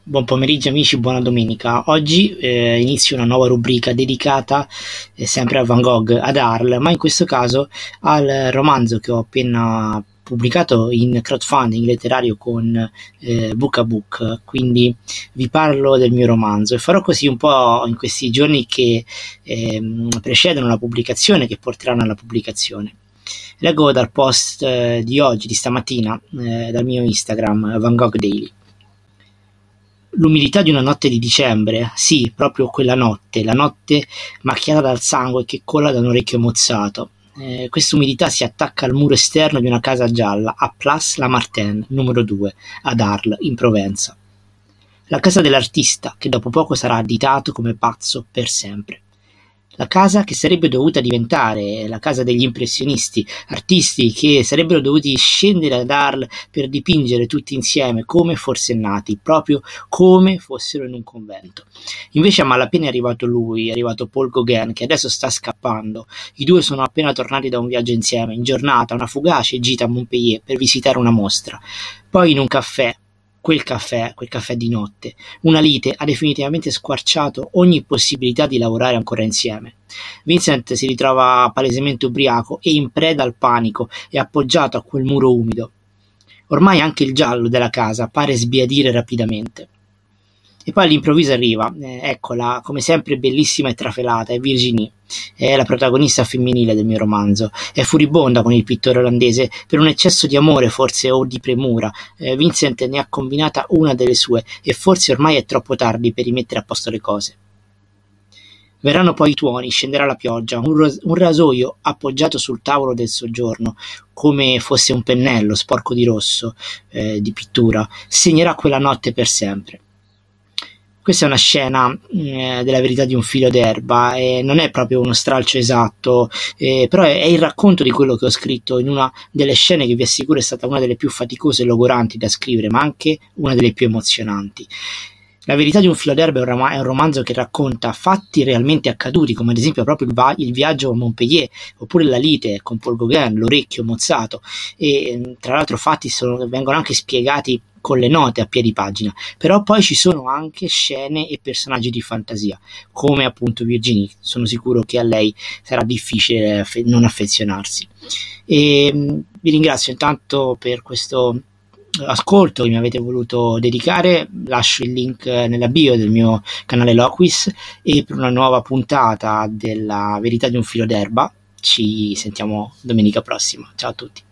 Buon pomeriggio amici, buona domenica. Oggi inizio una nuova rubrica dedicata sempre a Van Gogh, ad Arles, ma in questo caso al romanzo che ho appena pubblicato in crowdfunding letterario con Book a Book. Quindi vi parlo del mio romanzo e farò così un po' in questi giorni che precedono la pubblicazione, che porteranno alla pubblicazione. Leggo dal post di oggi, di stamattina, dal mio Instagram, Van Gogh Daily. L'umidità di una notte di dicembre, sì, proprio quella notte, la notte macchiata dal sangue che cola da un orecchio mozzato. Questa umidità si attacca al muro esterno di una casa gialla a Place Lamartine, numero 2, ad Arles, in Provenza. La casa dell'artista, che dopo poco sarà additato come pazzo per sempre. La casa che sarebbe dovuta diventare la casa degli impressionisti, artisti che sarebbero dovuti scendere ad Arles per dipingere tutti insieme come forsennati, proprio come fossero in un convento. Invece a malapena è arrivato lui, è arrivato Paul Gauguin, che adesso sta scappando. I due sono appena tornati da un viaggio insieme, in giornata, una fugace gita a Montpellier per visitare una mostra. Poi in un caffè, quel caffè di notte, una lite ha definitivamente squarciato ogni possibilità di lavorare ancora insieme. Vincent si ritrova palesemente ubriaco e in preda al panico e appoggiato a quel muro umido. Ormai anche il giallo della casa pare sbiadire rapidamente. E poi all'improvviso arriva, eccola, come sempre bellissima e trafelata, è Virginie, è la protagonista femminile del mio romanzo, è furibonda con il pittore olandese per un eccesso di amore forse o di premura. Vincent ne ha combinata una delle sue e forse ormai è troppo tardi per rimettere a posto le cose. Verranno poi i tuoni, scenderà la pioggia, un rasoio appoggiato sul tavolo del soggiorno, come fosse un pennello sporco di rosso, di pittura, segnerà quella notte per sempre. Questa è una scena della verità di un filo d'erba e non è proprio uno stralcio esatto, però è il racconto di quello che ho scritto in una delle scene che vi assicuro è stata una delle più faticose e logoranti da scrivere, ma anche una delle più emozionanti. La verità di un filo d'erba è un romanzo che racconta fatti realmente accaduti, come ad esempio proprio il viaggio a Montpellier, oppure la lite con Paul Gauguin, l'orecchio mozzato, e tra l'altro fatti vengono anche spiegati con le note a piedi pagina, però poi ci sono anche scene e personaggi di fantasia, come appunto Virginie. Sono sicuro che a lei sarà difficile non affezionarsi. E vi ringrazio intanto per questo ascolto che mi avete voluto dedicare. Lascio il link nella bio del mio canale Loquis e per una nuova puntata della verità di un filo d'erba ci sentiamo domenica prossima. Ciao a tutti.